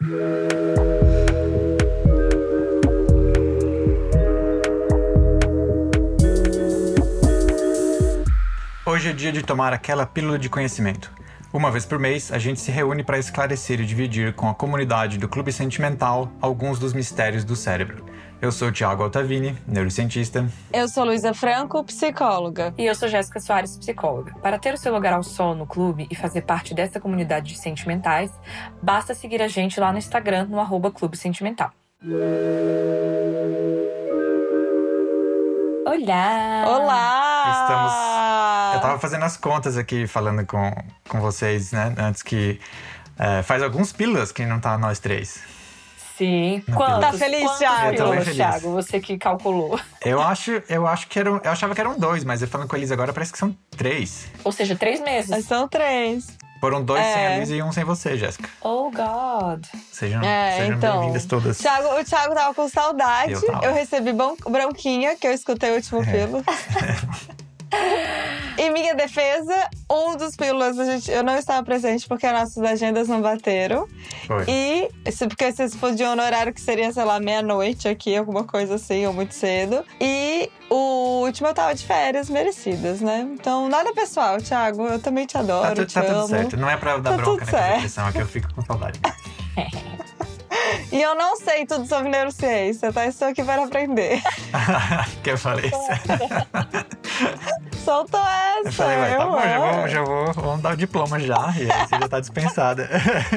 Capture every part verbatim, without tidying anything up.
Hoje é dia de tomar aquela pílula de conhecimento. Uma vez por mês, a gente se reúne para esclarecer e dividir com a comunidade do Clube Sentimental alguns dos mistérios do cérebro. Eu sou o Thiago Altavini, neurocientista. Eu sou Luísa Franco, psicóloga. E eu sou Jéssica Soares, psicóloga. Para ter o seu lugar ao sol no clube e fazer parte dessa comunidade de sentimentais, basta seguir a gente lá no Instagram, no arroba Clube Sentimental. Olá! Olá! Estamos... Eu tava fazendo as contas aqui, falando com, com vocês, né? Antes que... É, faz alguns pílulas que não tá nós três. Sim. Quantos? Tá feliz, Thiago? Eu tô bem feliz. Thiago, você que calculou. Eu acho, eu acho que eram... Eu achava que eram dois, mas eu falando com a Elisa agora parece que são três. Ou seja, três meses. São três. Foram dois é. sem a Luísa e um sem você, Jéssica. Oh, God. Sejam, é, sejam então, bem-vindas todas. Thiago, o Thiago tava com saudade. Eu, tava. eu recebi bronquinha, que eu escutei o último é. pílula. Em minha defesa, um dos pílulas a gente, eu não estava presente porque nossas agendas não bateram. Foi. E porque vocês podiam no horário que seria, sei lá, meia-noite aqui, alguma coisa assim, ou muito cedo. E o último eu tava de férias merecidas, né? Então, nada pessoal, Thiago. Eu também te adoro, tá, te tá amo. tudo certo. Não é pra dar tá bronca, né? Certo. Depressão, é que eu fico com saudade. E eu não sei tudo sobre neurociência, tá? Estou aqui para aprender. Que eu falei isso. Soltou essa. Eu falei, vai, tá eu bom, já amo. vou, já vou, vamos dar o diploma já. E aí você já tá dispensada.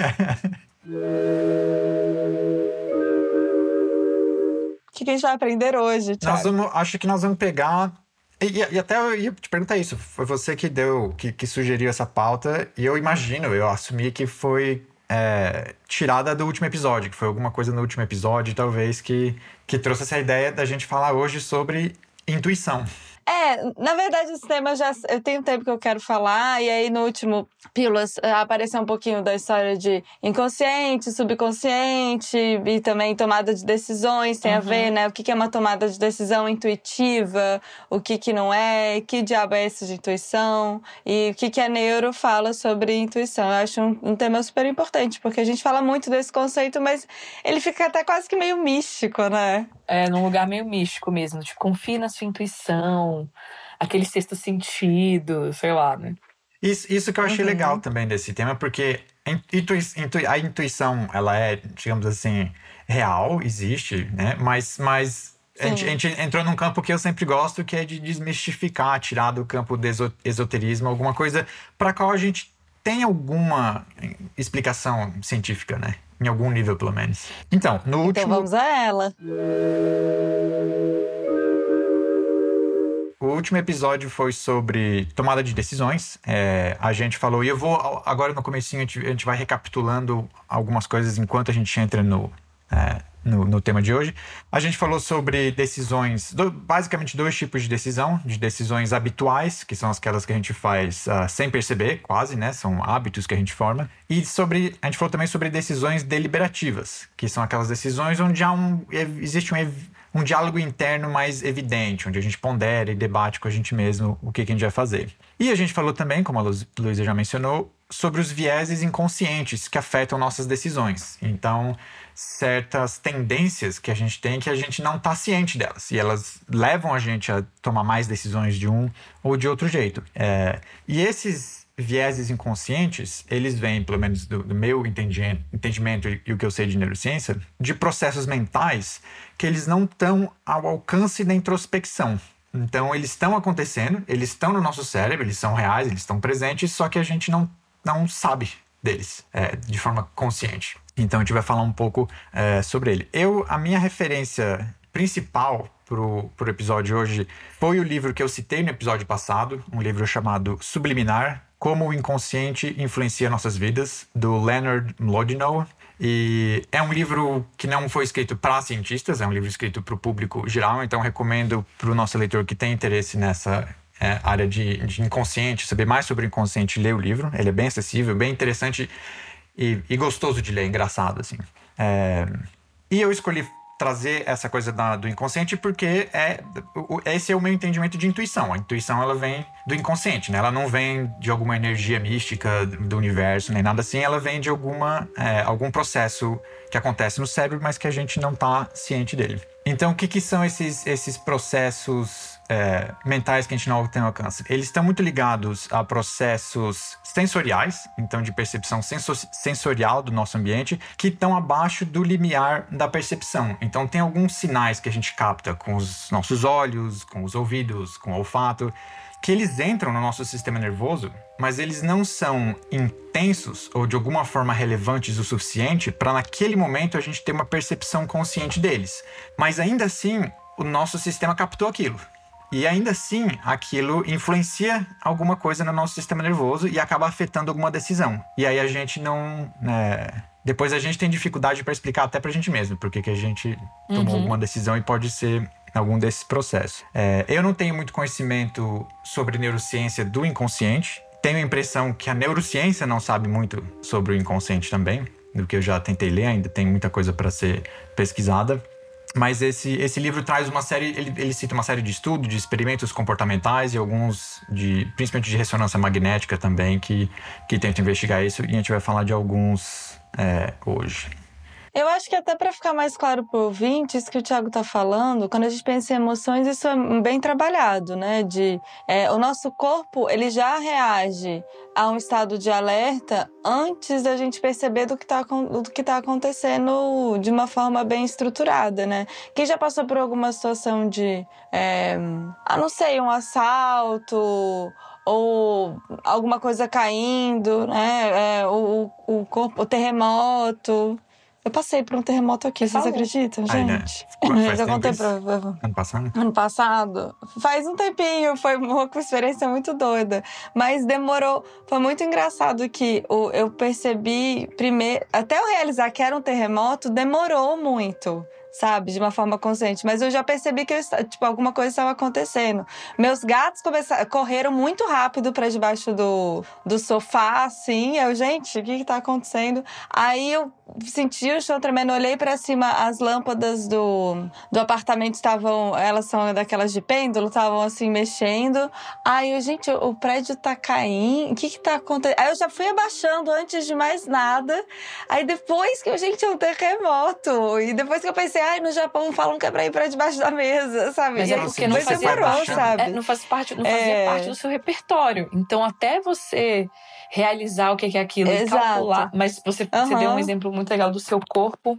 O que a gente vai aprender hoje, Thiago? Nós vamos, acho que nós vamos pegar... E, e até eu ia te perguntar isso. Foi você que deu, que, que sugeriu essa pauta. E eu imagino, eu assumi que foi... É, tirada do último episódio, que foi alguma coisa no último episódio, talvez, que, que trouxe essa ideia da gente falar hoje sobre intuição. É, na verdade, esse tema já... Eu tenho tempo que eu quero falar, e aí no último Pílulas apareceu um pouquinho da história de inconsciente, subconsciente, e também tomada de decisões, tem uhum. a ver, né? O que é uma tomada de decisão intuitiva, o que que não é, que diabo é esse de intuição, e o que que a neuro fala sobre intuição. Eu acho um, um tema super importante, porque a gente fala muito desse conceito, mas ele fica até quase que meio místico, né? É, num lugar meio místico mesmo, tipo, confie na sua intuição, aquele sexto sentido, sei lá, né? Isso, isso que eu achei uhum. legal também desse tema, porque a, intui, intui, a intuição, ela é, digamos assim, real, existe, né? Mas, mas a gente, a gente entrou num campo que eu sempre gosto, que é de desmistificar, tirar do campo do esoterismo, alguma coisa para qual a gente tem alguma explicação científica, né? Em algum nível, pelo menos. Então, no último... Então vamos a ela. O último episódio foi sobre tomada de decisões. É, a gente falou... E eu vou... Agora, no comecinho, a gente, a gente vai recapitulando algumas coisas enquanto a gente entra no... É, No, no tema de hoje. A gente falou sobre decisões, do, basicamente dois tipos de decisão, de decisões habituais, que são aquelas que a gente faz uh, sem perceber, quase, né? São hábitos que a gente forma. E sobre, a gente falou também sobre decisões deliberativas, que são aquelas decisões onde há um, existe um, um diálogo interno mais evidente, onde a gente pondera e debate com a gente mesmo o que, que a gente vai fazer. E a gente falou também, como a Luísa já mencionou, sobre os vieses inconscientes que afetam nossas decisões. Então, certas tendências que a gente tem que a gente não está ciente delas. E elas levam a gente a tomar mais decisões de um ou de outro jeito. É, e esses vieses inconscientes, eles vêm, pelo menos do, do meu entendimento, entendimento e, e o que eu sei de neurociência, de processos mentais que eles não estão ao alcance da introspecção. Então, eles estão acontecendo, eles estão no nosso cérebro, eles são reais, eles estão presentes, só que a gente não não sabe deles é, de forma consciente. Então a gente vai falar um pouco é, sobre ele. Eu, a minha referência principal pro, pro episódio hoje foi o livro que eu citei no episódio passado, um livro chamado Subliminar, Como o Inconsciente Influencia Nossas Vidas, do Leonard Mlodinow. E é um livro que não foi escrito para cientistas, é um livro escrito para o público geral, então recomendo para o nosso leitor que tem interesse nessa É, área de, de inconsciente, saber mais sobre o inconsciente, ler o livro. Ele é bem acessível, bem interessante e, e gostoso de ler, engraçado, assim. É, e eu escolhi trazer essa coisa da, do inconsciente porque é, esse é o meu entendimento de intuição. A intuição, ela vem do inconsciente, né? Ela não vem de alguma energia mística do universo, nem nada assim. Ela vem de alguma, é, algum processo que acontece no cérebro, mas que a gente não está ciente dele. Então, o que, que são esses, esses processos é, mentais que a gente não tem alcance? Eles estão muito ligados a processos sensoriais, então de percepção sensorial do nosso ambiente, que estão abaixo do limiar da percepção. Então, tem alguns sinais que a gente capta com os nossos olhos, com os ouvidos, com o olfato, que eles entram no nosso sistema nervoso, mas eles não são intensos ou de alguma forma relevantes o suficiente para naquele momento a gente ter uma percepção consciente deles. Mas ainda assim, o nosso sistema captou aquilo. E ainda assim, aquilo influencia alguma coisa no nosso sistema nervoso e acaba afetando alguma decisão. E aí a gente não... Né, depois a gente tem dificuldade para explicar até pra gente mesmo, porque que a gente tomou Uhum. alguma decisão e pode ser algum desses processos. É, eu não tenho muito conhecimento sobre neurociência do inconsciente. Tenho a impressão que a neurociência não sabe muito sobre o inconsciente também, do que eu já tentei ler, ainda tem muita coisa para ser pesquisada. Mas esse, esse livro traz uma série, ele, ele cita uma série de estudos, de experimentos comportamentais e alguns, de, principalmente de ressonância magnética também, que, que tentam investigar isso. E a gente vai falar de alguns é, hoje. Eu acho que até para ficar mais claro para o ouvinte, isso que o Thiago está falando, quando a gente pensa em emoções, isso é bem trabalhado, né? De, é, o nosso corpo, ele já reage a um estado de alerta antes da gente perceber do que está do que tá acontecendo de uma forma bem estruturada, né? Quem já passou por alguma situação de, é, ah, não sei, um assalto ou alguma coisa caindo, né? É, o, o corpo, o terremoto... Eu passei por um terremoto aqui, vocês Falou. acreditam, Ai, né? gente? Faz Eu tempo contei isso? pra... Ano passado? Ano passado? Faz um tempinho, foi uma experiência muito doida. Mas demorou, foi muito engraçado que eu percebi primeiro... Até eu realizar que era um terremoto, demorou muito, sabe? De uma forma consciente. Mas eu já percebi que eu, tipo, alguma coisa estava acontecendo. Meus gatos começaram, correram muito rápido pra debaixo do, do sofá, assim. Eu, gente, o que que tá acontecendo? Aí eu senti o chão tremendo, olhei pra cima, as lâmpadas do, do apartamento estavam, elas são daquelas de pêndulo, estavam assim mexendo. Aí eu, gente, o prédio tá caindo, o que que tá acontecendo? Aí eu já fui abaixando antes de mais nada. Aí depois que eu, gente, é um terremoto. E depois que eu pensei, ai, no Japão falam que é pra ir pra debaixo da mesa, sabe? Mas e é aí, porque não depois fazia demorou, parte, sabe? É, não faz parte, não fazia É. parte do seu repertório. Então, até você realizar o que é aquilo Exato. e calcular. Mas você, você Aham. deu um exemplo muito legal do seu corpo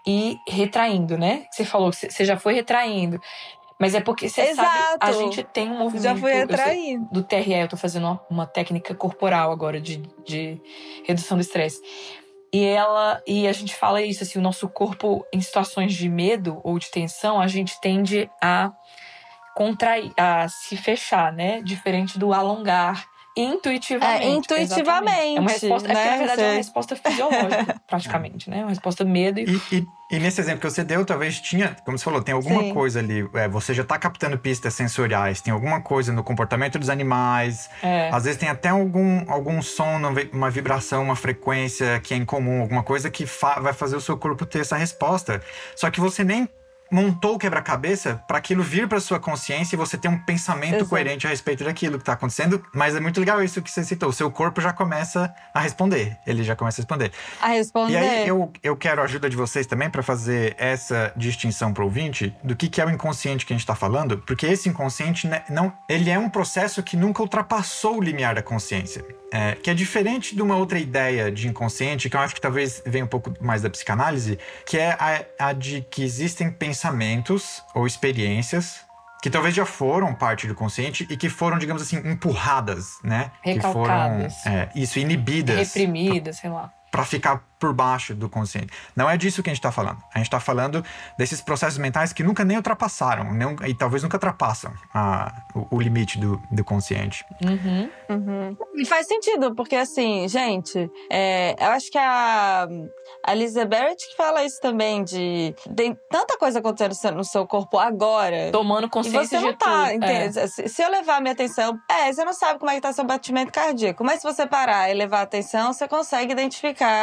e retraindo, né? Você falou que você já foi retraindo. Mas é porque você Exato. sabe, a gente tem um movimento... Já fui eu sei, retraindo. do T R E, eu tô fazendo uma, uma técnica corporal agora de, de redução do estresse. E ela e a gente fala isso, assim, o nosso corpo em situações de medo ou de tensão, a gente tende a contrair, a se fechar, né? Diferente do alongar intuitivamente. É, intuitivamente, exatamente. É uma resposta, né? é porque, na verdade, é uma Você- resposta fisiológica, praticamente, né? Uma resposta medo e... E, e, e nesse exemplo que você deu, talvez tinha, como você falou, tem alguma Sim. coisa ali, é, você já tá captando pistas sensoriais, tem alguma coisa no comportamento dos animais, É. às vezes tem até algum, algum som, uma vibração, uma frequência que é incomum, alguma coisa que fa- vai fazer o seu corpo ter essa resposta. Só que você nem montou o quebra-cabeça para aquilo vir para sua consciência e você ter um pensamento Exato. coerente a respeito daquilo que tá acontecendo. Mas é muito legal isso que você citou. O seu corpo já começa a responder. Ele já começa a responder. A responder. E aí eu, eu quero a ajuda de vocês também para fazer essa distinção pro ouvinte do que, que é o inconsciente que a gente tá falando, porque esse inconsciente, né, não, ele é um processo que nunca ultrapassou o limiar da consciência. É, que é diferente de uma outra ideia de inconsciente, que eu acho que talvez venha um pouco mais da psicanálise, que é a, a de que existem pensamentos ou experiências que talvez já foram parte do consciente e que foram, digamos assim, empurradas, né? Recalcadas. Que foram, é, isso, inibidas. Reprimida, sei lá. Para ficar por baixo do consciente. Não é disso que a gente está falando. A gente está falando desses processos mentais que nunca nem ultrapassaram, nem, e talvez nunca ultrapassam a, o, o limite do, do consciente. Uhum. Uhum. E faz sentido, porque assim, gente, é, eu acho que a, a Lisa Barrett que fala isso também, de tem tanta coisa acontecendo no seu corpo agora. Tomando E consciência você não de tá, tudo. entende? É. Se se eu levar a minha atenção, é, você não sabe como é que tá seu batimento cardíaco, mas se você parar e levar a atenção, você consegue identificar o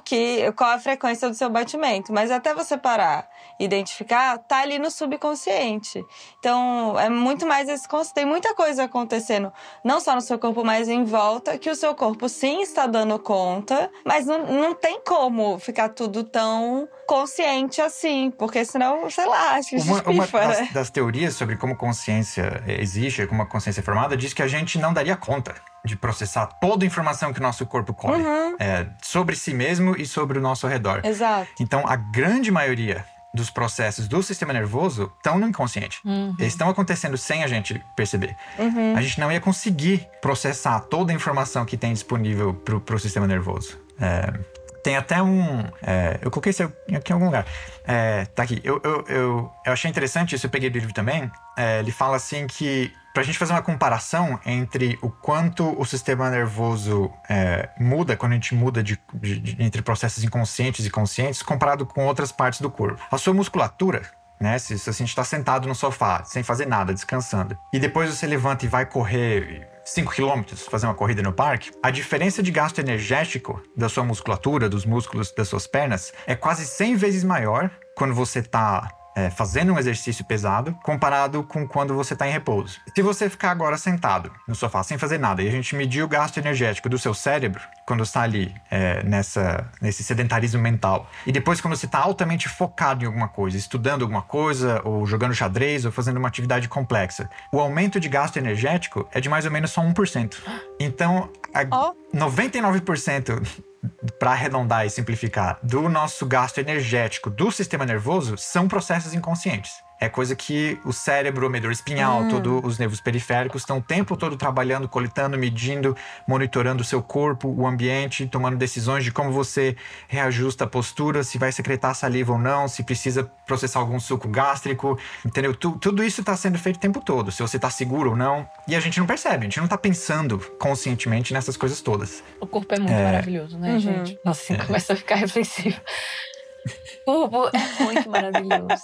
que, qual a frequência do seu batimento. Mas até você parar e identificar, tá ali no subconsciente. Então, é muito mais esse conceito. Tem muita coisa acontecendo, não só no seu corpo, mas em volta, que o seu corpo sim está dando conta, mas não, não tem como ficar tudo tão consciente assim, porque senão, sei lá, acho que Uma, uma despifa, das, né? das teorias sobre como consciência existe, como a consciência é formada, diz que a gente não daria conta de processar toda a informação que o nosso corpo colhe Uhum. é, sobre si mesmo e sobre o nosso redor. Exato. Então, a grande maioria dos processos do sistema nervoso estão no inconsciente. Uhum. Eles estão acontecendo sem a gente perceber. Uhum. A gente não ia conseguir processar toda a informação que tem disponível para o sistema nervoso. É, tem até um... É, eu coloquei isso aqui em algum lugar. É, tá aqui. Eu, eu, eu, eu achei interessante isso, eu peguei do livro também. É, ele fala assim que, pra gente fazer uma comparação entre o quanto o sistema nervoso é, muda, quando a gente muda de, de, de, entre processos inconscientes e conscientes, comparado com outras partes do corpo. A sua musculatura, né? Se, se a gente está sentado no sofá, sem fazer nada, descansando, e depois você levanta e vai correr cinco quilômetros, fazer uma corrida no parque, a diferença de gasto energético da sua musculatura, dos músculos das suas pernas, é quase cem vezes maior quando você está é, fazendo um exercício pesado, comparado com quando você está em repouso. Se você ficar agora sentado no sofá sem fazer nada, e a gente medir o gasto energético do seu cérebro, quando está ali é, nessa, nesse sedentarismo mental, e depois quando você está altamente focado em alguma coisa, estudando alguma coisa, ou jogando xadrez, ou fazendo uma atividade complexa, o aumento de gasto energético é de mais ou menos só um por cento. Então, a Oh. noventa e nove por cento, para arredondar e simplificar, do nosso gasto energético do sistema nervoso são processos inconscientes. É coisa que o cérebro, o medula espinhal, Hum. todos os nervos periféricos estão o tempo todo trabalhando, coletando, medindo, monitorando o seu corpo, o ambiente, tomando decisões de como você reajusta a postura, se vai secretar saliva ou não, se precisa processar algum suco gástrico, entendeu? Tu, tudo isso está sendo feito o tempo todo, se você está seguro ou não. E a gente não percebe, a gente não está pensando conscientemente nessas coisas todas. O corpo é muito É. maravilhoso, né, Uhum. gente? Nossa, você começa a ficar reflexivo. O corpo é muito maravilhoso.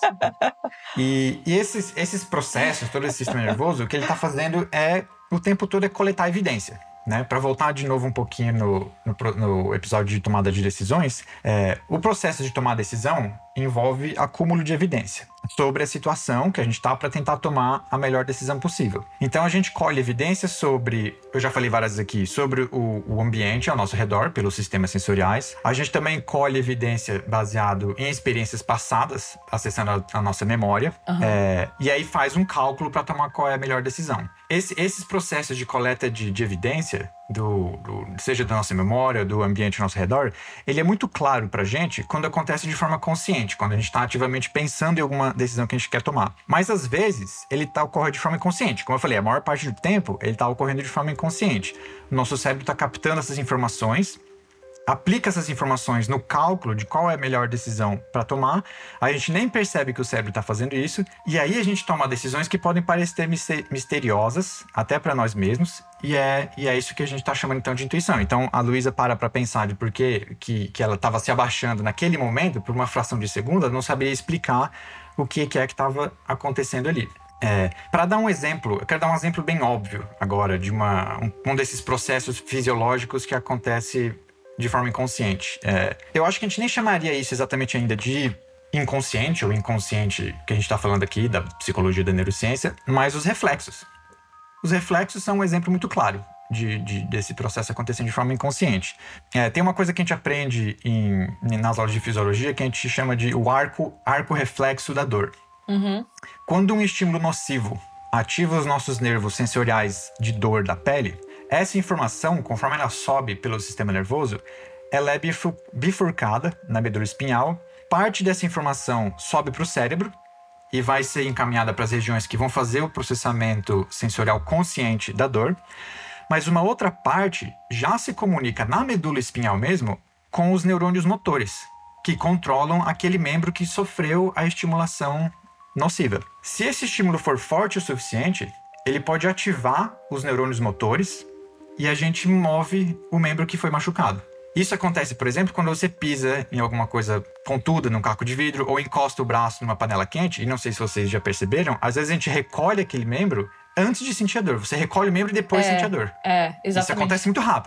E, e esses, esses processos, todo esse sistema nervoso, o que ele está fazendo é, o tempo todo, é coletar evidência. Né? Para voltar de novo um pouquinho no, no, no episódio de tomada de decisões, é, o processo de tomar decisão envolve acúmulo de evidência sobre a situação que a gente está para tentar tomar a melhor decisão possível. Então a gente colhe evidências sobre, eu já falei várias vezes aqui, sobre o, o ambiente ao nosso redor, pelos sistemas sensoriais. A gente também colhe evidência baseado em experiências passadas, acessando a, a nossa memória, Uhum. é, e aí faz um cálculo para tomar qual é a melhor decisão. Esse, esses processos de coleta de, de evidência, do, do, seja da nossa memória, do ambiente ao nosso redor, ele é muito claro pra gente quando acontece de forma consciente, quando a gente está ativamente pensando em alguma decisão que a gente quer tomar. Mas às vezes ele tá ocorrendo de forma inconsciente. Como eu falei, a maior parte do tempo ele está ocorrendo de forma inconsciente. O nosso cérebro está captando essas informações, aplica essas informações no cálculo de qual é a melhor decisão para tomar, a gente nem percebe que o cérebro está fazendo isso, e aí a gente toma decisões que podem parecer misteriosas, até para nós mesmos, e é, e é isso que a gente está chamando então de intuição. Então a Luísa para para pensar de por que, que, que ela estava se abaixando naquele momento, por uma fração de segundo, ela não saberia explicar o que, que é que estava acontecendo ali. É, para dar um exemplo, eu quero dar um exemplo bem óbvio agora, de uma, um, um desses processos fisiológicos que acontece de forma inconsciente. É, eu acho que a gente nem chamaria isso exatamente ainda de inconsciente ou inconsciente, que a gente está falando aqui, da psicologia da neurociência, mas os reflexos. Os reflexos são um exemplo muito claro de, de, desse processo acontecendo de forma inconsciente. É, tem uma coisa que a gente aprende em, nas aulas de fisiologia que a gente chama de o arco, arco reflexo da dor. Uhum. Quando um estímulo nocivo ativa os nossos nervos sensoriais de dor da pele, essa informação, conforme ela sobe pelo sistema nervoso, ela é bifurcada na medula espinhal. Parte dessa informação sobe para o cérebro e vai ser encaminhada para as regiões que vão fazer o processamento sensorial consciente da dor. Mas uma outra parte já se comunica na medula espinhal mesmo com os neurônios motores, que controlam aquele membro que sofreu a estimulação nociva. Se esse estímulo for forte o suficiente, ele pode ativar os neurônios motores e a gente move o membro que foi machucado. Isso acontece, por exemplo, quando você pisa em alguma coisa pontuda, num caco de vidro, ou encosta o braço numa panela quente, e não sei se vocês já perceberam, às vezes a gente recolhe aquele membro antes de sentir a dor. Você recolhe o membro e depois É, sente a dor. É, exatamente. Isso acontece muito rápido.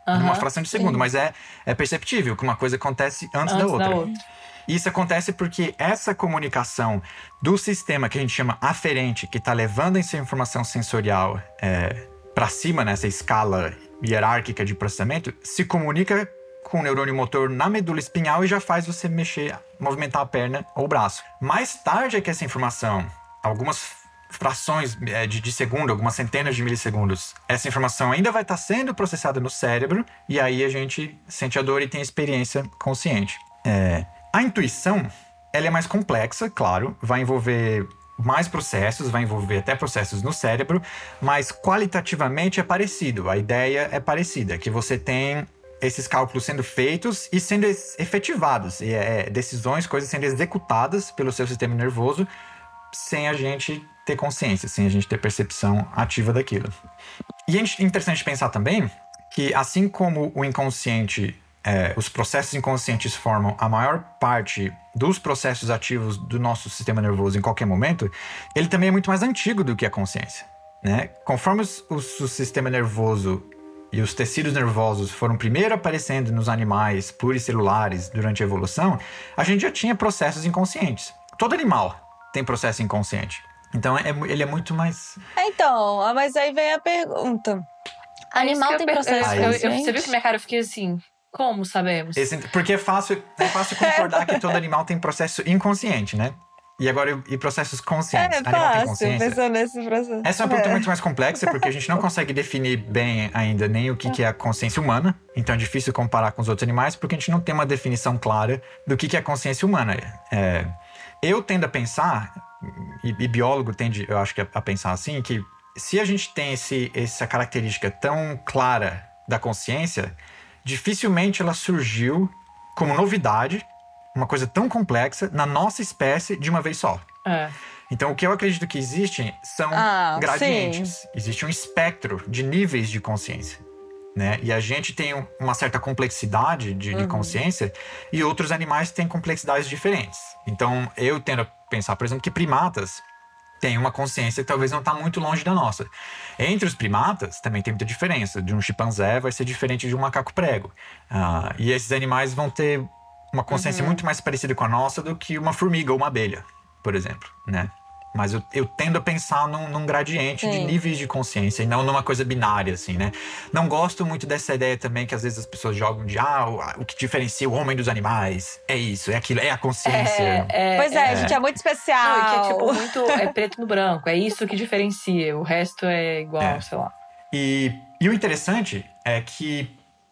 Uhum, numa fração de segundo. sim. Mas é, é perceptível que uma coisa acontece antes, Antes da outra. da outra. Isso acontece porque essa comunicação do sistema que a gente chama aferente, que está levando essa informação sensorial é, para cima, nessa escala hierárquica de processamento, se comunica com o neurônio motor na medula espinhal e já faz você mexer, movimentar a perna ou o braço. Mais tarde é que essa informação, algumas frações de, de segundo, algumas centenas de milissegundos, essa informação ainda vai estar sendo processada no cérebro e aí a gente sente a dor e tem a experiência consciente. É, a intuição, ela é mais complexa, claro, vai envolver mais processos, vai envolver até processos no cérebro, mas qualitativamente é parecido, a ideia é parecida, que você tem esses cálculos sendo feitos e sendo efetivados, e é, decisões, coisas sendo executadas pelo seu sistema nervoso sem a gente ter consciência, sem a gente ter percepção ativa daquilo. E é interessante pensar também que, assim como o inconsciente, é, os processos inconscientes formam a maior parte dos processos ativos do nosso sistema nervoso em qualquer momento, ele também é muito mais antigo do que a consciência, né? Conforme os, os, o sistema nervoso e os tecidos nervosos foram primeiro aparecendo nos animais pluricelulares durante a evolução, a gente já tinha processos inconscientes. Todo animal tem processo inconsciente. Então, é, ele é muito mais... Então, mas aí vem a pergunta. Animal É tem per... processo eu, eu, inconsciente? Você viu que minha cara, eu fiquei assim, como sabemos? Esse, porque é fácil, é fácil concordar que todo animal tem processo inconsciente, né? E agora, e processos conscientes. É Animal tem fácil, consciência? pensando nesse processo. Essa é uma pergunta muito mais complexa, porque a gente não consegue definir bem ainda nem o que, que é a consciência humana. Então é difícil comparar com os outros animais, porque a gente não tem uma definição clara do que, que é a consciência humana. É, eu tendo a pensar, e, e biólogo tende, eu acho que a, a pensar assim, que se a gente tem esse, essa característica tão clara da consciência, dificilmente ela surgiu como novidade, uma coisa tão complexa, na nossa espécie de uma vez só. É. Então, o que eu acredito que existe são Ah, gradientes. sim. Existe um espectro de níveis de consciência, né? E a gente tem uma certa complexidade de, de Uhum. consciência e outros animais têm complexidades diferentes. Então, eu tendo a pensar, por exemplo, que primatas têm uma consciência que talvez não está muito longe da nossa. Entre os primatas, também tem muita diferença. De um chimpanzé vai ser diferente de um macaco prego. Ah, e esses animais vão ter uma consciência Uhum. muito mais parecida com a nossa do que uma formiga ou uma abelha, por exemplo, né? Mas eu, eu tendo a pensar num, num gradiente de Sim. níveis de consciência e não numa coisa binária, assim, né? Não gosto muito dessa ideia também que às vezes as pessoas jogam de ah, o, o que diferencia o homem dos animais é isso, é aquilo, é a consciência. É, é, Pois é, é. a gente é muito especial. Não, e que é tipo muito é preto no branco, é isso que diferencia, o resto é igual, É. sei lá. E, e o interessante é que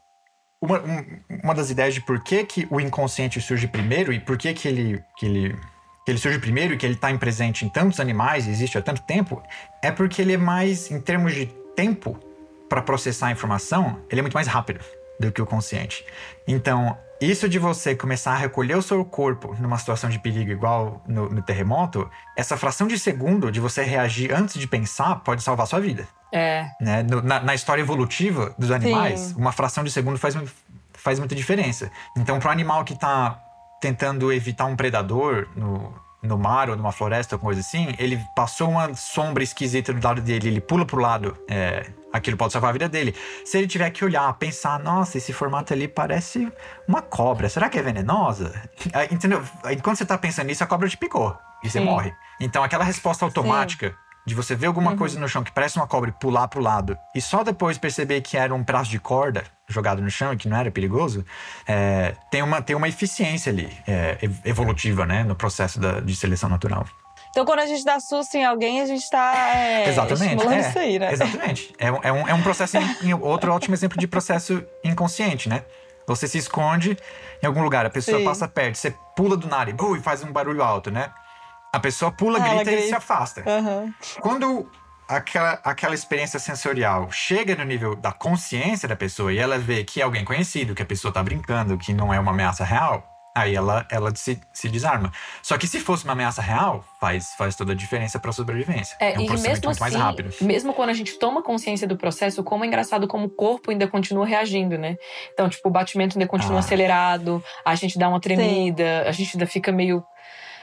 uma, um- uma das ideias de por que, que o inconsciente surge primeiro e por que, que, ele, que, ele, que ele surge primeiro e que ele está presente em tantos animais e existe há tanto tempo, é porque ele é mais, em termos de tempo para processar a informação, ele é muito mais rápido do que o consciente. Então, isso de você começar a recolher o seu corpo numa situação de perigo igual no, no terremoto, essa fração de segundo de você reagir antes de pensar pode salvar a sua vida. É. Né? No- na, na história evolutiva dos animais, Sim. uma fração de segundo faz, faz muita diferença. Então, para o animal que está tentando evitar um predador no, no mar ou numa floresta ou coisa assim, ele passou uma sombra esquisita do lado dele, ele pula pro lado, é, aquilo pode salvar a vida dele. Se ele tiver que olhar, pensar, nossa, esse formato ali parece uma cobra, será que é venenosa? Aí, entendeu? Aí, quando você tá pensando nisso, a cobra te picou e você Sim. morre. Então, aquela resposta automática de você ver alguma coisa no chão que parece uma cobra e pular pro lado e só depois perceber que era um pedaço de corda jogado no chão e que não era perigoso, é, tem, uma, tem uma eficiência ali, é, ev- evolutiva, né, no processo da, de seleção natural. Então, quando a gente dá susto em alguém, a gente tá é, Exatamente. estimulando é, isso aí, né? Exatamente. É, um- é, um, é um processo, em, em- outro ótimo exemplo de processo inconsciente, né? Você se esconde em algum lugar, a pessoa Sim. passa perto, você pula do nada e, bum, e faz um barulho alto, né? A pessoa pula, Ah, ela grita e grita. se afasta. Aham. Quando aquela, aquela experiência sensorial chega no nível da consciência da pessoa e ela vê que é alguém conhecido, que a pessoa tá brincando, que não é uma ameaça real, aí ela, ela se, se desarma. Só que se fosse uma ameaça real, faz, faz toda a diferença pra sobrevivência. É, um e processamento mesmo muito mais assim, rápido. mesmo quando a gente toma consciência do processo, como é engraçado como o corpo ainda continua reagindo, né? Então, tipo, o batimento ainda continua Ah. acelerado, a gente dá uma tremida, a gente ainda fica meio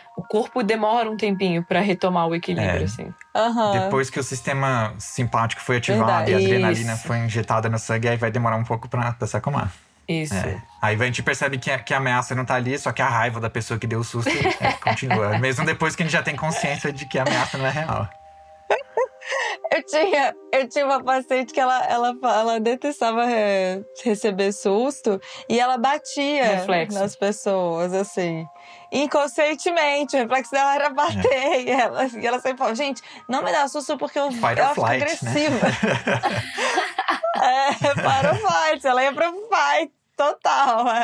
o corpo demora um tempinho pra retomar o equilíbrio, É. assim. Aham. Depois que o sistema simpático foi ativado Verdade. e a adrenalina Isso. foi injetada no sangue, aí vai demorar um pouco pra, pra se acalmar. Isso. É. Aí a gente percebe que a, que a ameaça não tá ali, só que a raiva da pessoa que deu o susto é, continua. Mesmo depois que a gente já tem consciência de que a ameaça não é real. Eu tinha, eu tinha uma paciente que ela, ela, ela detestava é, receber susto e ela batia Reflexo. nas pessoas, assim. Inconscientemente, o reflexo dela era bater. É. E, ela, e ela sempre falava, gente, não me dá susto porque eu, Fight or ela fica flight, agressiva. né? É, para o fight, ela ia pro fight total, é.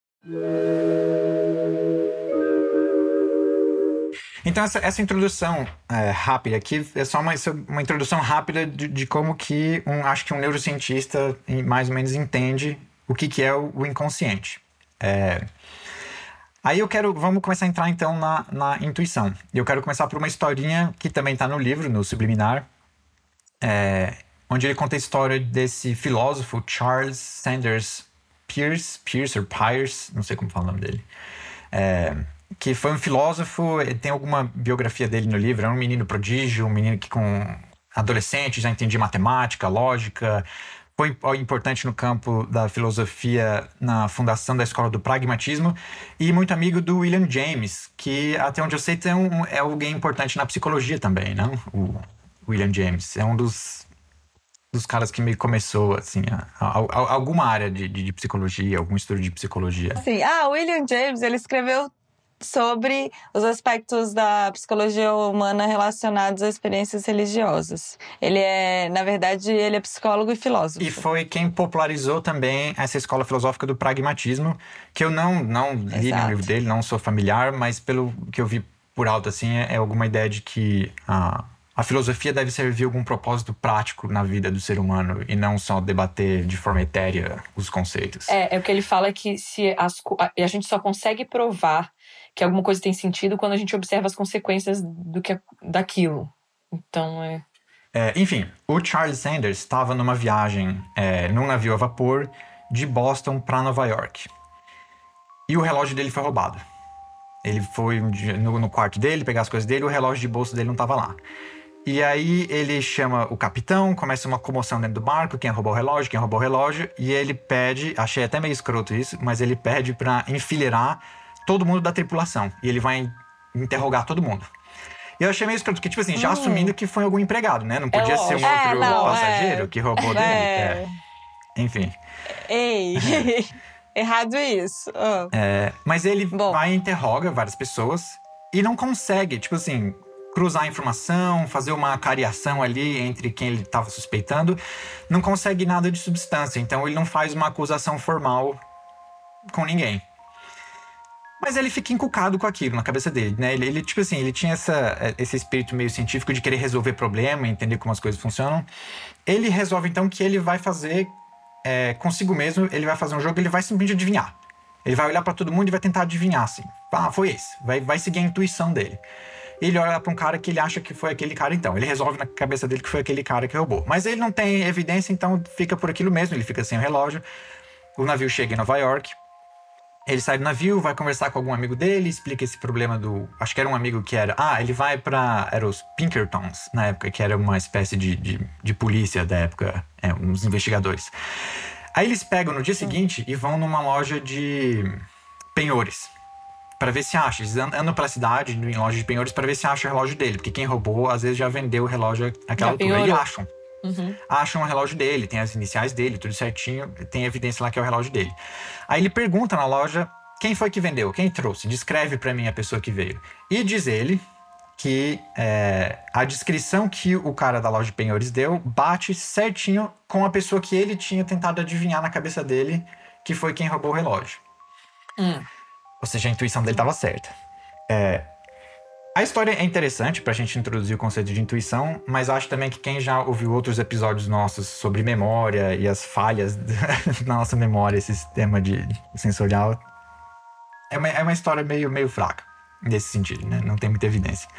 Então, essa, essa introdução é, rápida aqui é só uma, uma introdução rápida de, de como que um, acho que um neurocientista mais ou menos entende o que, que é o, o inconsciente. É, aí eu quero, vamos começar a entrar então na, na intuição. Eu quero começar por uma historinha que também está no livro, no Subliminar, é, onde ele conta a história desse filósofo Charles Sanders Peirce, Peirce ou Peirce, não sei como fala o nome dele, é, que foi um filósofo, tem alguma biografia dele no livro, era um menino prodígio, um menino que com adolescente já entendia matemática, lógica, foi importante no campo da filosofia na fundação da Escola do Pragmatismo e muito amigo do William James, que até onde eu sei tem um, é alguém importante na psicologia também, não? O William James é um dos, dos caras que me começou, assim, a, a, a, alguma área de, de, de psicologia, algum estudo de psicologia. Assim, ah, o William James, ele escreveu sobre os aspectos da psicologia humana relacionados a experiências religiosas. Ele é, na verdade, ele é psicólogo e filósofo. E foi quem popularizou também essa escola filosófica do pragmatismo, que eu não, não li no livro dele, não sou familiar, mas pelo que eu vi por alto, assim, é, é alguma ideia de que a, a filosofia deve servir algum propósito prático na vida do ser humano e não só debater de forma etérea os conceitos. É, é o que ele fala que se as, a, a gente só consegue provar que alguma coisa tem sentido quando a gente observa as consequências do que, daquilo. Então, é... é enfim, o Charles Sanders estava numa viagem é, num navio a vapor de Boston para Nova York. E o relógio dele foi roubado. Ele foi no, no quarto dele pegar as coisas dele, o relógio de bolso dele não estava lá. E aí ele chama o capitão, começa uma comoção dentro do barco, quem roubou o relógio, quem roubou o relógio, e ele pede, achei até meio escroto isso, mas ele pede para enfileirar todo mundo da tripulação. E ele vai interrogar todo mundo. E eu achei meio escroto, porque, tipo assim, já hum. assumindo que foi algum empregado, né? Não podia é ser um é, outro não, passageiro é. que roubou é. dele. É. Enfim. Ei, errado isso. Oh. É, mas ele Bom. vai e interroga várias pessoas e não consegue, tipo assim, cruzar a informação, fazer uma cariação ali entre quem ele estava suspeitando. Não consegue nada de substância. Então, ele não faz uma acusação formal com ninguém. Mas ele fica encucado com aquilo na cabeça dele, né? Ele, ele tipo assim, ele tinha essa, esse espírito meio científico de querer resolver problema, entender como as coisas funcionam. Ele resolve, então, que ele vai fazer é, consigo mesmo, ele vai fazer um jogo, ele vai simplesmente adivinhar. Ele vai olhar pra todo mundo e vai tentar adivinhar, assim. Ah, foi esse. Vai, vai seguir a intuição dele. Ele olha pra um cara que ele acha que foi aquele cara, então. Ele resolve na cabeça dele que foi aquele cara que roubou. Mas ele não tem evidência, então fica por aquilo mesmo. Ele fica sem o relógio. O navio chega em Nova York. Ele sai do navio, vai conversar com algum amigo dele, explica esse problema do... Acho que era um amigo que era... Ah, ele vai pra... Era os Pinkertons, na época, que era uma espécie de, de, de polícia da época, é, uns investigadores. Aí eles pegam no dia seguinte e vão numa loja de penhores, pra ver se acha. Eles andam pela cidade, em loja de penhores, pra ver se acha o relógio dele. Porque quem roubou, às vezes, já vendeu o relógio naquela altura. E acham. Uhum. Acham o relógio dele, tem as iniciais dele, tudo certinho, tem evidência lá que é o relógio dele. Aí ele pergunta na loja quem foi que vendeu, quem trouxe, descreve pra mim a pessoa que veio. E diz ele que é, a descrição que o cara da loja de penhores deu bate certinho com a pessoa que ele tinha tentado adivinhar na cabeça dele que foi quem roubou o relógio. Hum. Ou seja, a intuição dele estava certa. É, a história é interessante pra gente introduzir o conceito de intuição, mas acho também que quem já ouviu outros episódios nossos sobre memória e as falhas na nossa memória, esse sistema de sensorial, é uma, é uma história meio, meio fraca nesse sentido, né? Não tem muita evidência.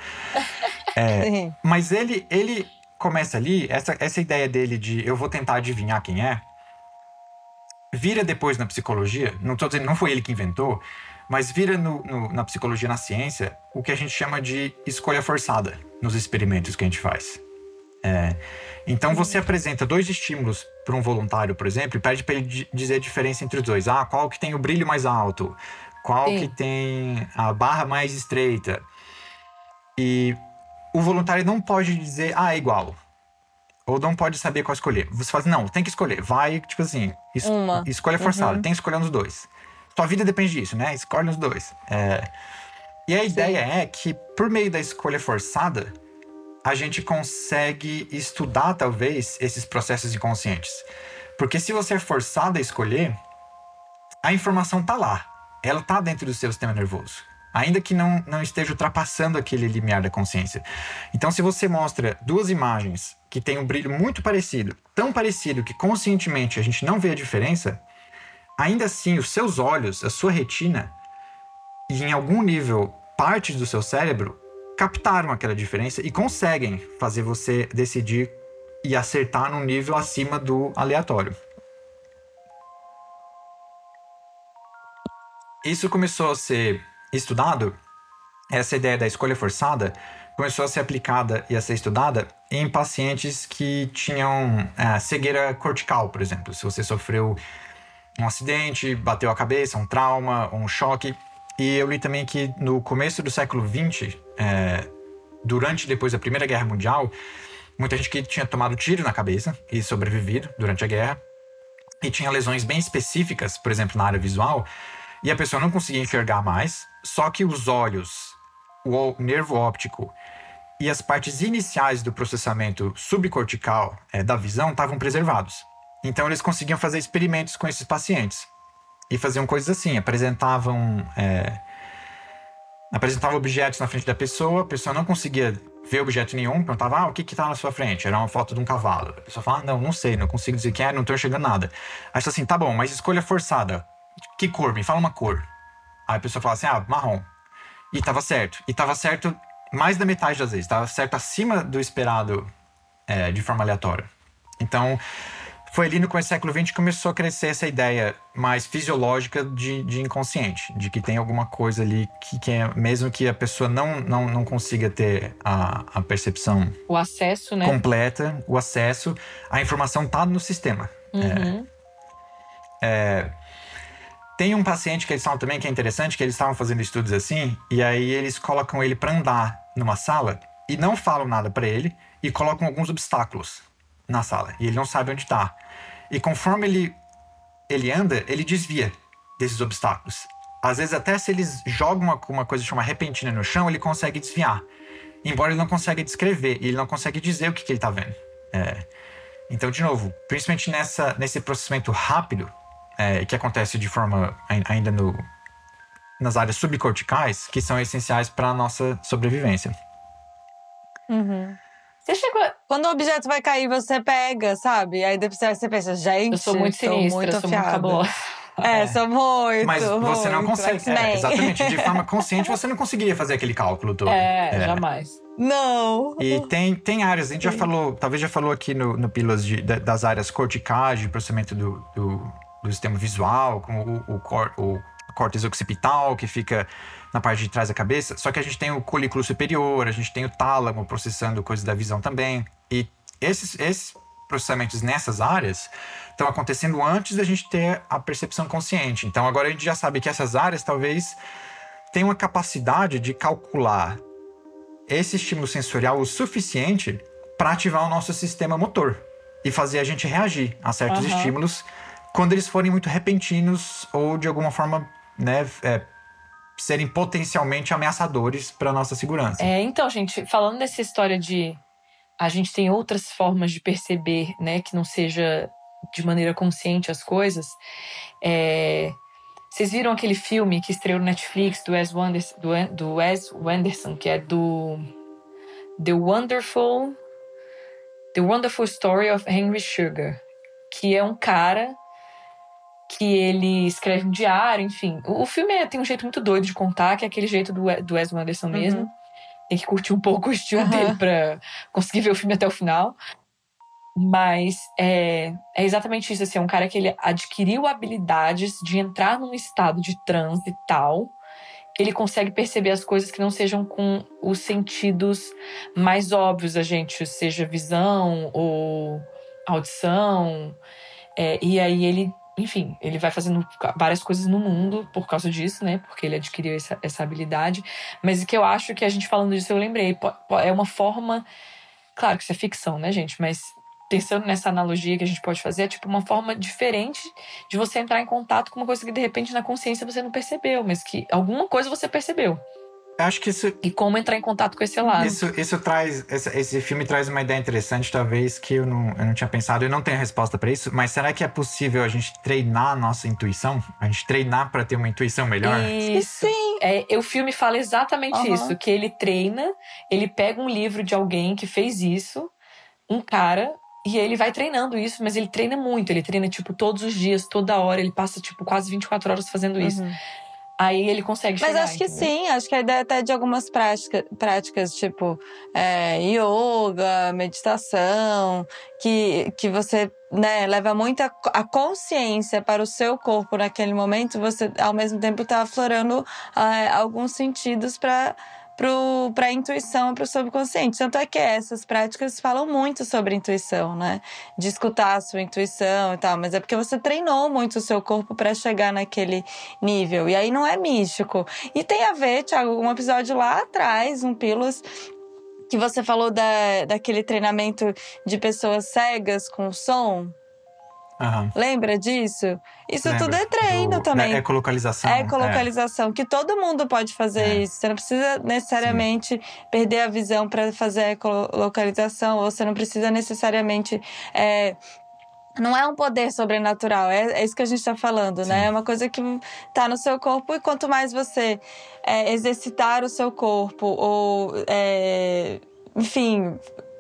É, mas ele, ele começa ali, essa, essa ideia dele de eu vou tentar adivinhar quem é, vira depois na psicologia, não tô dizendo, não foi ele que inventou, mas vira no, no, na psicologia, na ciência, o que a gente chama de escolha forçada nos experimentos que a gente faz. É, então você apresenta dois estímulos para um voluntário, por exemplo, e pede para ele dizer a diferença entre os dois. Ah, qual que tem o brilho mais alto? Qual Sim. que tem a barra mais estreita? E o voluntário não pode dizer, ah, é igual. Ou não pode saber qual escolher. Você fala, não, tem que escolher. Vai, tipo assim, es Uma. escolha forçada. Uhum. Tem que escolher um dos dois. Tua vida depende disso, né? Escolhe os dois. É... E a Sim. ideia é que, por meio da escolha forçada, a gente consegue estudar, talvez, esses processos inconscientes. Porque se você é forçado a escolher, a informação tá lá. Ela tá dentro do seu sistema nervoso. Ainda que não, não esteja ultrapassando aquele limiar da consciência. Então, se você mostra duas imagens que têm um brilho muito parecido, tão parecido que conscientemente a gente não vê a diferença, ainda assim, os seus olhos, a sua retina, e em algum nível, partes do seu cérebro, captaram aquela diferença e conseguem fazer você decidir e acertar num nível acima do aleatório. Isso começou a ser estudado, essa ideia da escolha forçada começou a ser aplicada e a ser estudada em pacientes que tinham é, cegueira cortical, por exemplo. Se você sofreu um acidente, bateu a cabeça, um trauma, um choque. E eu li também que no começo do século vinte, é, durante e depois da Primeira Guerra Mundial, muita gente que tinha tomado tiro na cabeça e sobrevivido durante a guerra, e tinha lesões bem específicas, por exemplo, na área visual, e a pessoa não conseguia enxergar mais, só que os olhos, o nervo óptico e as partes iniciais do processamento subcortical é, da visão estavam preservados. Então eles conseguiam fazer experimentos com esses pacientes. E faziam coisas assim, apresentavam, é, apresentavam objetos na frente da pessoa, a pessoa não conseguia ver objeto nenhum, perguntava, ah, o que que tá na sua frente? Era uma foto de um cavalo. A pessoa fala, ah, não, não sei, não consigo dizer quem é, não tô enxergando nada. Aí você assim, tá bom, mas escolha forçada. Que cor? Me fala uma cor. Aí a pessoa fala assim, ah, marrom. E tava certo. E tava certo mais da metade das vezes. Tava certo acima do esperado é, de forma aleatória. Então, foi ali no começo do século vinte que começou a crescer essa ideia mais fisiológica de, de inconsciente. De que tem alguma coisa ali que, que é, mesmo que a pessoa não, não, não consiga ter a, a percepção... O acesso, né? Completa, o acesso. A informação tá no sistema. Uhum. É, é, tem um paciente que eles falam também que é interessante, que eles estavam fazendo estudos assim, e aí eles colocam ele para andar numa sala e não falam nada para ele e colocam alguns obstáculos na sala. E ele não sabe onde está. E conforme ele, ele anda, ele desvia desses obstáculos. Às vezes até se eles jogam uma, uma coisa chamada repentina no chão, ele consegue desviar. Embora ele não consiga descrever, e ele não consegue dizer o que, que ele está vendo. É. Então, de novo, principalmente nessa, nesse processamento rápido, é, que acontece de forma ainda no, nas áreas subcorticais, que são essenciais para a nossa sobrevivência. Uhum. Você chegou... Quando o objeto vai cair, você pega, sabe? Aí depois você pensa, gente, eu sou muito sinistra, muito sou muito cabulosa. É, é, sou muito, Mas você muito, não consegue, é, exatamente, de forma consciente você não conseguiria fazer aquele cálculo todo. É, é. jamais. Não. E tem, tem áreas, a gente já falou, talvez já falou aqui no, no Pílulas de, das áreas corticais, de processamento do, do, do sistema visual, como o, o, cor, o córtex occipital, que fica na parte de trás da cabeça. Só que a gente tem o colículo superior, a gente tem o tálamo processando coisas da visão também. E esses, esses processamentos nessas áreas estão acontecendo antes da gente ter a percepção consciente. Então agora a gente já sabe que essas áreas talvez tenham a capacidade de calcular esse estímulo sensorial o suficiente para ativar o nosso sistema motor e fazer a gente reagir a certos uhum. estímulos quando eles forem muito repentinos ou de alguma forma, né, é, serem potencialmente ameaçadores para nossa segurança. É, então, gente, falando dessa história de a gente tem outras formas de perceber, né, que não seja de maneira consciente as coisas. É... Vocês viram aquele filme que estreou no Netflix do Wes Anderson, do, do Wes Anderson, que é do The Wonderful The Wonderful Story of Henry Sugar, que é um cara que ele escreve um diário, enfim. O, o filme é, tem um jeito muito doido de contar, que é aquele jeito do, do Wes Anderson mesmo. Uhum. Tem que curtir um pouco o estilo uhum. dele pra conseguir ver o filme até o final. Mas é, é exatamente isso, assim, é um cara que ele adquiriu habilidades de entrar num estado de transe tal, ele consegue perceber as coisas que não sejam com os sentidos mais óbvios da gente, seja visão ou audição. É, e aí ele, enfim, ele vai fazendo várias coisas no mundo por causa disso, né? Porque ele adquiriu essa, essa habilidade. Mas o que eu acho que a gente falando disso, eu lembrei, é uma forma... Claro que isso é ficção, né, gente? Mas pensando nessa analogia que a gente pode fazer, é tipo uma forma diferente de você entrar em contato com uma coisa que de repente na consciência você não percebeu, mas que alguma coisa você percebeu. Eu acho que isso... E como entrar em contato com esse lado. Isso, isso traz... Esse, esse filme traz uma ideia interessante, talvez, que eu não, eu não tinha pensado. Eu não tenho resposta pra isso, mas será que é possível a gente treinar a nossa intuição? A gente treinar pra ter uma intuição melhor? Isso. Sim. É, o filme fala exatamente Uhum. isso. Que ele treina, ele pega um livro de alguém que fez isso, um cara... E ele vai treinando isso, mas ele treina muito. Ele treina, tipo, todos os dias, toda hora. Ele passa, tipo, quase vinte e quatro horas fazendo isso. Uhum. Aí ele consegue chegar, Mas acho que entendeu? sim, acho que a ideia até de algumas prática, práticas, tipo é, yoga, meditação, que, que você né, leva muita a consciência para o seu corpo naquele momento, você ao mesmo tempo está aflorando é, alguns sentidos para para a intuição, para o subconsciente. Tanto é que essas práticas falam muito sobre intuição, né? De escutar a sua intuição e tal. Mas é porque você treinou muito o seu corpo para chegar naquele nível. E aí não é místico. E tem a ver, Thiago, um episódio lá atrás, um Pílulas, que você falou da, daquele treinamento de pessoas cegas com som. Uhum. Lembra disso? Isso Lembra. tudo é treino Do, também. É ecolocalização. É ecolocalização, é. Que todo mundo pode fazer é. isso. Você não precisa necessariamente Sim. perder a visão para fazer a ecolocalização, ou você não precisa necessariamente... É, não é um poder sobrenatural, é, é isso que a gente está falando, Sim. né? É uma coisa que está no seu corpo, e quanto mais você é, exercitar o seu corpo, ou, é, enfim,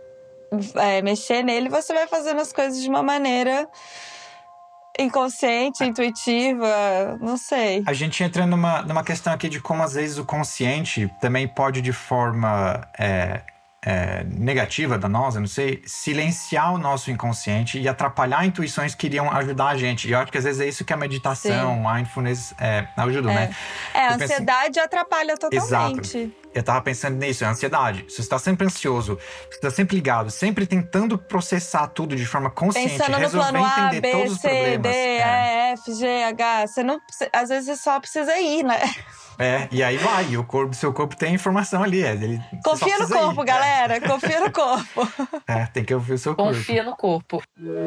é, mexer nele, você vai fazendo as coisas de uma maneira... inconsciente, intuitiva, não sei. A gente entra numa, numa questão aqui de como às vezes o consciente também pode de forma é, é, negativa, danosa, não sei, silenciar o nosso inconsciente e atrapalhar intuições que iriam ajudar a gente. E eu acho que às vezes é isso que a meditação, Sim. mindfulness é, ajuda, é. né? É, a ansiedade assim, atrapalha totalmente. Exato. Eu tava pensando nisso, é a ansiedade. Se você está sempre ansioso, você está sempre ligado, sempre tentando processar tudo de forma consciente, pensando no resolver plano A, entender B, todos os C, problemas. D, é. E, F, G, H. Você não, às vezes você só precisa ir, né? É, e aí vai, e o corpo, seu corpo tem informação ali. Ele, Confia no corpo, ir, galera, é. confia no corpo. É, tem que ouvir o seu corpo. Confia no corpo.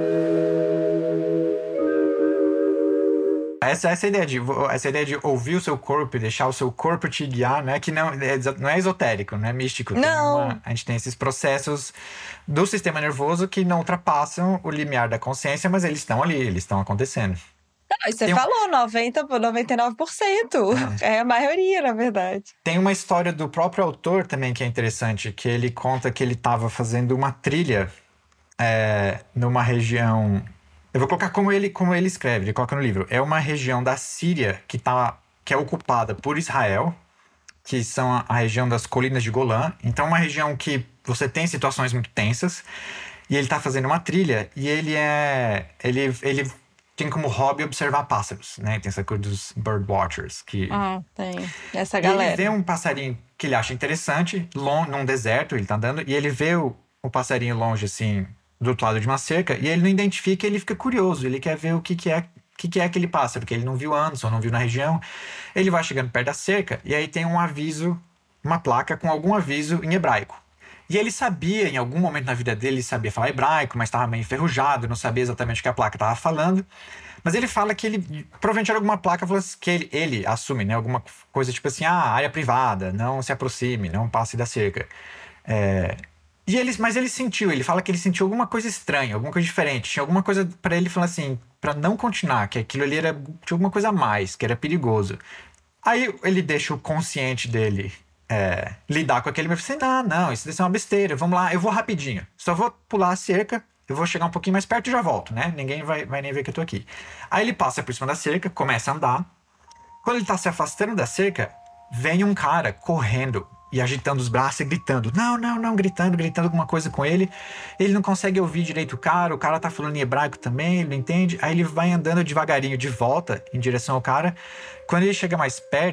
Essa, essa, ideia de, essa ideia de ouvir o seu corpo e deixar o seu corpo te guiar, né? Que não é, não é esotérico, não é místico. Não. Tem uma, a gente tem esses processos do sistema nervoso que não ultrapassam o limiar da consciência, mas eles estão ali, eles estão acontecendo. Não, e você tem falou, noventa por noventa e nove por cento. É. é a maioria, na verdade. Tem uma história do próprio autor também que é interessante, que ele conta que ele estava fazendo uma trilha é, numa região... Eu vou colocar como ele, como ele escreve, ele coloca no livro. É uma região da Síria que, tá, que é ocupada por Israel, que são a, a região das colinas de Golã. Então, é uma região que você tem situações muito tensas. E ele está fazendo uma trilha e ele é... Ele, ele tem como hobby observar pássaros, né? Tem essa coisa dos birdwatchers. Que... Ah, tem. Essa galera. Ele vê um passarinho que ele acha interessante, long, num deserto, ele tá andando, e ele vê o, o passarinho longe, assim... do outro lado de uma cerca, e ele não identifica, ele fica curioso, ele quer ver o que, que é o que, que é aquele pássaro, que ele não viu antes, ou não viu na região. Ele vai chegando perto da cerca, e aí tem um aviso, uma placa com algum aviso em hebraico. E ele sabia, em algum momento na vida dele, ele sabia falar hebraico, mas estava meio enferrujado, não sabia exatamente o que a placa estava falando. Mas ele fala que ele, provavelmente era alguma placa que ele, ele assume, né? Alguma coisa tipo assim, ah, área privada, não se aproxime, não passe da cerca. É... E ele, mas ele sentiu, ele fala que ele sentiu alguma coisa estranha, alguma coisa diferente. Tinha alguma coisa pra ele falar assim, pra não continuar, que aquilo ali era, tinha alguma coisa a mais, que era perigoso. Aí ele deixa o consciente dele é, lidar com aquele, mas assim, não, não, isso deve ser uma besteira, vamos lá, eu vou rapidinho. Só vou pular a cerca, eu vou chegar um pouquinho mais perto e já volto, né? Ninguém vai, vai nem ver que eu tô aqui. Aí ele passa por cima da cerca, começa a andar. Quando ele tá se afastando da cerca, vem um cara correndo e agitando os braços e gritando, não, não, não, gritando, gritando alguma coisa com ele. Ele não consegue ouvir direito o cara, o cara tá falando em hebraico também, ele não entende. Aí ele vai andando devagarinho de volta em direção ao cara. Quando ele chega mais perto,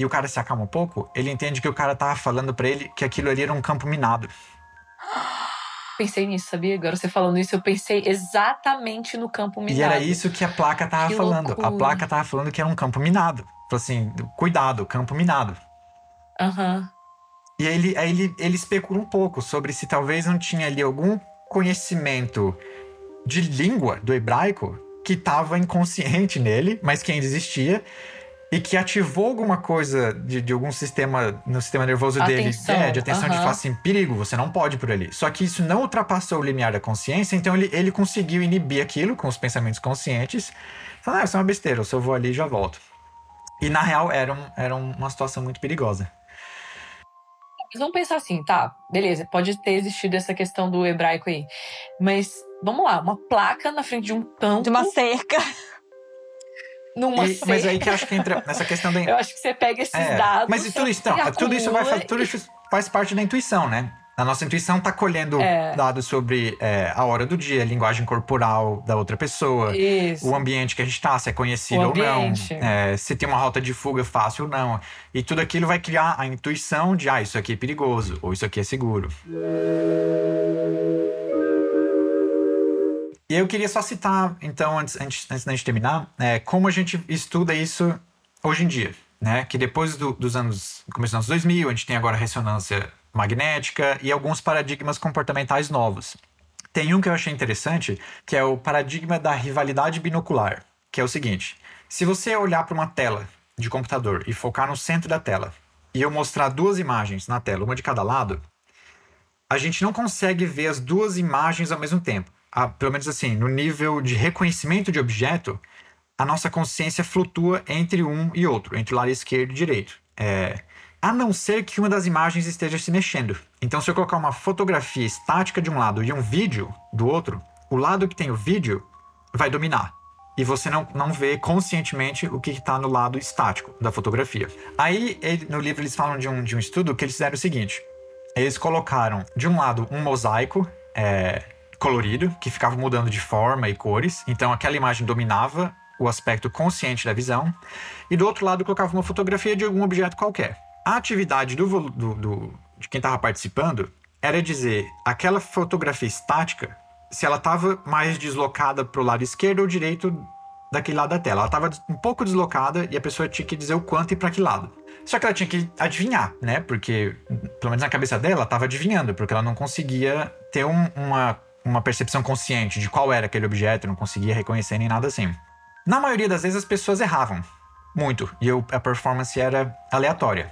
e o cara se acalma um pouco, ele entende que o cara tava falando pra ele que aquilo ali era um campo minado. Pensei nisso, sabia? Agora você falando isso, eu pensei exatamente no campo minado. E era isso que a placa tava Que falando. loucura. A placa tava falando que era um campo minado. Falou assim, cuidado, campo minado. Aham. Uhum. E aí ele, aí ele, ele especula um pouco sobre se talvez não tinha ali algum conhecimento de língua do hebraico que estava inconsciente nele, mas que ainda existia, e que ativou alguma coisa de, de algum sistema, no sistema nervoso atenção. dele, é, de atenção, Uhum. de falar assim, perigo, você não pode ir por ali. Só que isso não ultrapassou o limiar da consciência, então ele, ele conseguiu inibir aquilo com os pensamentos conscientes. Falar, ah, isso é uma besteira, eu só vou ali e já volto. E na real era, um, era uma situação muito perigosa. Mas vamos pensar assim, tá, beleza, pode ter existido essa questão do hebraico aí. Mas, vamos lá, uma placa na frente de um campo. De uma cerca. Numa E, cerca. mas aí que eu acho que entra nessa questão da... Eu acho que você pega esses é, dados. Mas tudo isso, então, tudo, isso vai, tudo isso faz parte da intuição, né? A nossa intuição tá colhendo é. dados sobre é, a hora do dia, a linguagem corporal da outra pessoa, isso. o ambiente que a gente tá, se é conhecido ou não, é, se tem uma rota de fuga fácil ou não. E tudo aquilo vai criar a intuição de, ah, isso aqui é perigoso, ou isso aqui é seguro. E eu queria só citar, então, antes, antes, antes da gente terminar, é, como a gente estuda isso hoje em dia, né? Que depois do, dos anos, começo dos anos dois mil, a gente tem agora ressonância magnética e alguns paradigmas comportamentais novos. Tem um que eu achei interessante, que é o paradigma da rivalidade binocular, que é o seguinte: se você olhar para uma tela de computador e focar no centro da tela, e eu mostrar duas imagens na tela, uma de cada lado, a gente não consegue ver as duas imagens ao mesmo tempo. Ah, pelo menos assim, no nível de reconhecimento de objeto, a nossa consciência flutua entre um e outro, entre o lado esquerdo e direito. É... A não ser que uma das imagens esteja se mexendo. Então, se eu colocar uma fotografia estática de um lado e um vídeo do outro, o lado que tem o vídeo vai dominar. E você não, não vê conscientemente o que está no lado estático da fotografia. Aí, ele, no livro, eles falam de um, de um estudo que eles fizeram o seguinte. Eles colocaram, de um lado, um mosaico é, colorido, que ficava mudando de forma e cores. Então, aquela imagem dominava o aspecto consciente da visão. E do outro lado, colocava uma fotografia de algum objeto qualquer. A atividade do, do, do, de quem estava participando era dizer aquela fotografia estática, se ela estava mais deslocada para o lado esquerdo ou direito daquele lado da tela. Ela estava um pouco deslocada e a pessoa tinha que dizer o quanto e para que lado. Só que ela tinha que adivinhar, né? Porque, pelo menos na cabeça dela, ela estava adivinhando, porque ela não conseguia ter um, uma, uma percepção consciente de qual era aquele objeto, não conseguia reconhecer nem nada assim. Na maioria das vezes, as pessoas erravam muito e eu, a performance era aleatória.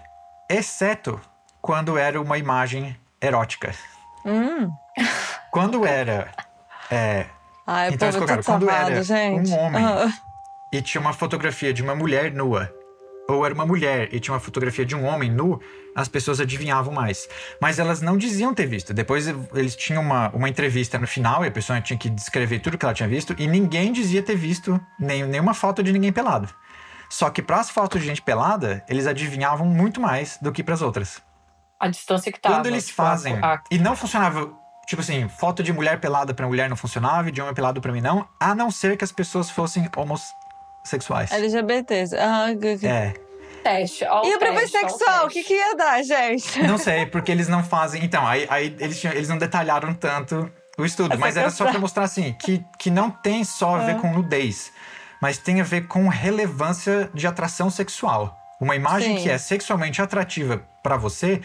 Exceto quando era uma imagem erótica. Hum. Quando era... É, Ai, então, eles colocaram, quando safado, era gente. um homem uhum. e tinha uma fotografia de uma mulher nua, ou era uma mulher e tinha uma fotografia de um homem nu, as pessoas adivinhavam mais. Mas elas não diziam ter visto. Depois eles tinham uma, uma entrevista no final e a pessoa tinha que descrever tudo que ela tinha visto e ninguém dizia ter visto nem, nenhuma foto de ninguém pelado. Só que para as fotos de gente pelada, eles adivinhavam muito mais do que para as outras. A distância que tava. Quando eles fazem... A... E não funcionava... Tipo assim, foto de mulher pelada para mulher não funcionava e de homem pelado para mim não. A não ser que as pessoas fossem homossexuais. L G B Ts. Uhum. É. Teste. Ó, e o o pra bissexual? O que, que ia dar, gente? Não sei, porque eles não fazem... Então, aí, aí eles, tinham, eles não detalharam tanto o estudo. Essa mas era questão. só para mostrar assim, que, que não tem só a ver é. com nudez. Mas tem a ver com relevância de atração sexual. Uma imagem Sim. que é sexualmente atrativa para você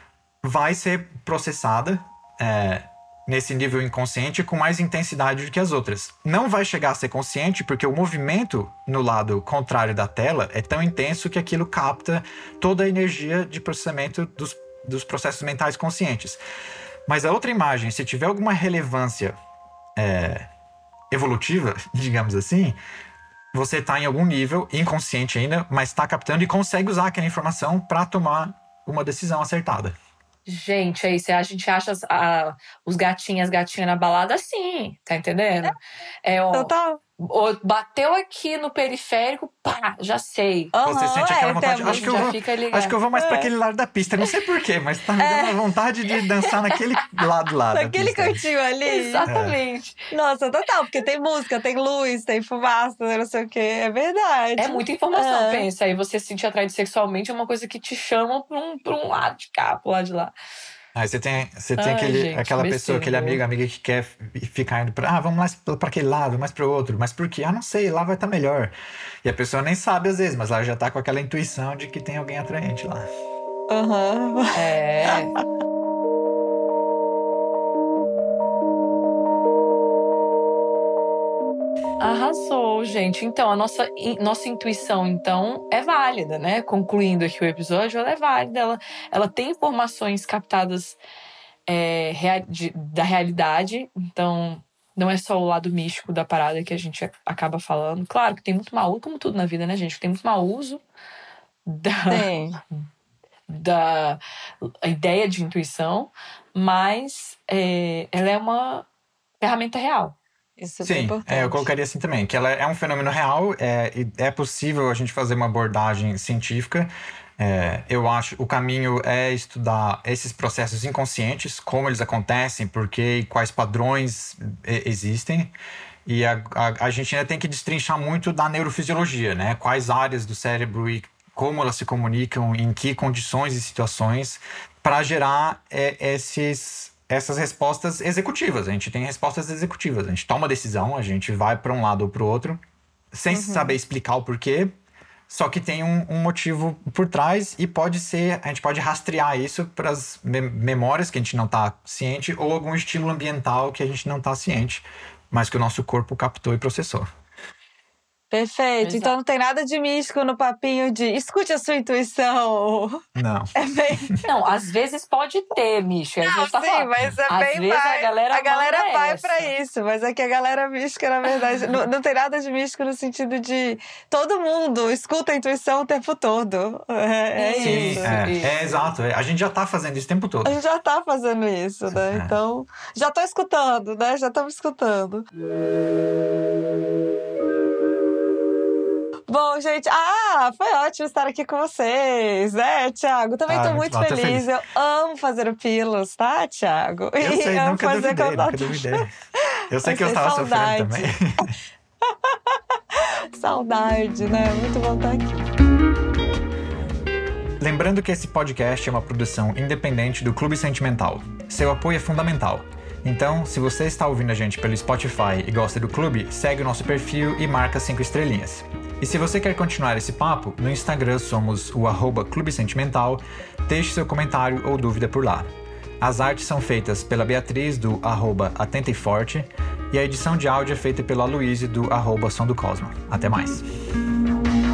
vai ser processada é, nesse nível inconsciente com mais intensidade do que as outras. Não vai chegar a ser consciente porque o movimento no lado contrário da tela é tão intenso que aquilo capta toda a energia de processamento dos, dos processos mentais conscientes. Mas a outra imagem, se tiver alguma relevância é, evolutiva, digamos assim... Você está em algum nível, inconsciente ainda, mas está captando e consegue usar aquela informação para tomar uma decisão acertada. Gente, aí a gente acha as, a, os gatinhos, as gatinhas na balada assim, tá entendendo? É, é ó, total. Bateu aqui no periférico, pá, já sei. Uhum, Você sente aquela é, vontade. temos, Acho que, eu já vou, fica ligado. acho que eu vou mais é. pra aquele lado da pista. Não sei porquê, mas tá me dando uma vontade de dançar naquele lado lá. Naquele da pista. cantinho ali. Exatamente. É. Nossa, total, porque tem música, tem luz, tem fumaça, não sei o quê. É verdade. É muita informação, é. pensa. Aí você se sentir atraído sexualmente é uma coisa que te chama pra um, pra um lado de cá, pro lado de lá. Aí você tem, você tem Ai, aquele, gente, aquela besteira, pessoa, aquele amigo, amiga que quer ficar indo pra... Ah, vamos mais pra aquele lado, mais pro outro. Mas por quê? Ah, não sei, lá vai estar melhor. E a pessoa nem sabe às vezes, mas ela já tá com aquela intuição de que tem alguém atraente lá. Aham. Uhum. É... Arrasou, gente. Então, a nossa, nossa intuição, então, é válida, né? Concluindo aqui o episódio, ela é válida. Ela, ela tem informações captadas é, de, da realidade. Então, não é só o lado místico da parada que a gente acaba falando. Claro que tem muito mau uso, como tudo na vida, né, gente? Tem muito mau uso da, da ideia de intuição, mas é, ela é uma ferramenta real. Isso é Sim, importante. É, eu colocaria assim também, que ela é um fenômeno real, é, e é possível a gente fazer uma abordagem científica. É, eu acho o caminho é estudar esses processos inconscientes, como eles acontecem, por quê e quais padrões e, existem. E a, a, a gente ainda tem que destrinchar muito da neurofisiologia, né? Quais áreas do cérebro e como elas se comunicam, em que condições e situações, para gerar é, esses... essas respostas executivas. A gente tem respostas executivas. A gente toma decisão, a gente vai para um lado ou para o outro, sem uhum. saber explicar o porquê, só que tem um, um motivo por trás e pode ser, a gente pode rastrear isso para as me- memórias que a gente não está ciente ou algum estímulo ambiental que a gente não está ciente, mas que o nosso corpo captou e processou. Perfeito. Exato. Então não tem nada de místico no papinho de escute a sua intuição. Não. É bem... Não, às vezes pode ter místico. Não, a gente tá sim, falando. mas é às bem vezes vai. a galera, a galera vai essa. pra isso, mas é que a galera mística, na verdade, não, não tem nada de místico no sentido de todo mundo escuta a intuição o tempo todo. É, é Sim, isso. é, isso. é exato. É, a gente já tá fazendo isso o tempo todo. A gente já tá fazendo isso, né? É. Então, já tô escutando, né? Já estamos escutando. Bom, gente, ah, foi ótimo estar aqui com vocês, né, Thiago? Também ah, tô muito muito bom, feliz. feliz. Eu amo fazer o Pilos, tá, Thiago? Eu e sei, amo nunca fazer duvidei, nunca contato. duvidei. Eu sei Vai que eu ser tava saudade. sofrendo também. Saudade, né? Muito bom estar aqui. Lembrando que esse podcast é uma produção independente do Clube Sentimental. Seu apoio é fundamental. Então, se você está ouvindo a gente pelo Spotify e gosta do clube, segue o nosso perfil e marca cinco estrelinhas. E se você quer continuar esse papo, no Instagram somos o arroba Clube Sentimental, deixe seu comentário ou dúvida por lá. As artes são feitas pela Beatriz do arroba Atenta e Forte e a edição de áudio é feita pelo Aloysio do arroba Som do Cosmo. Até mais!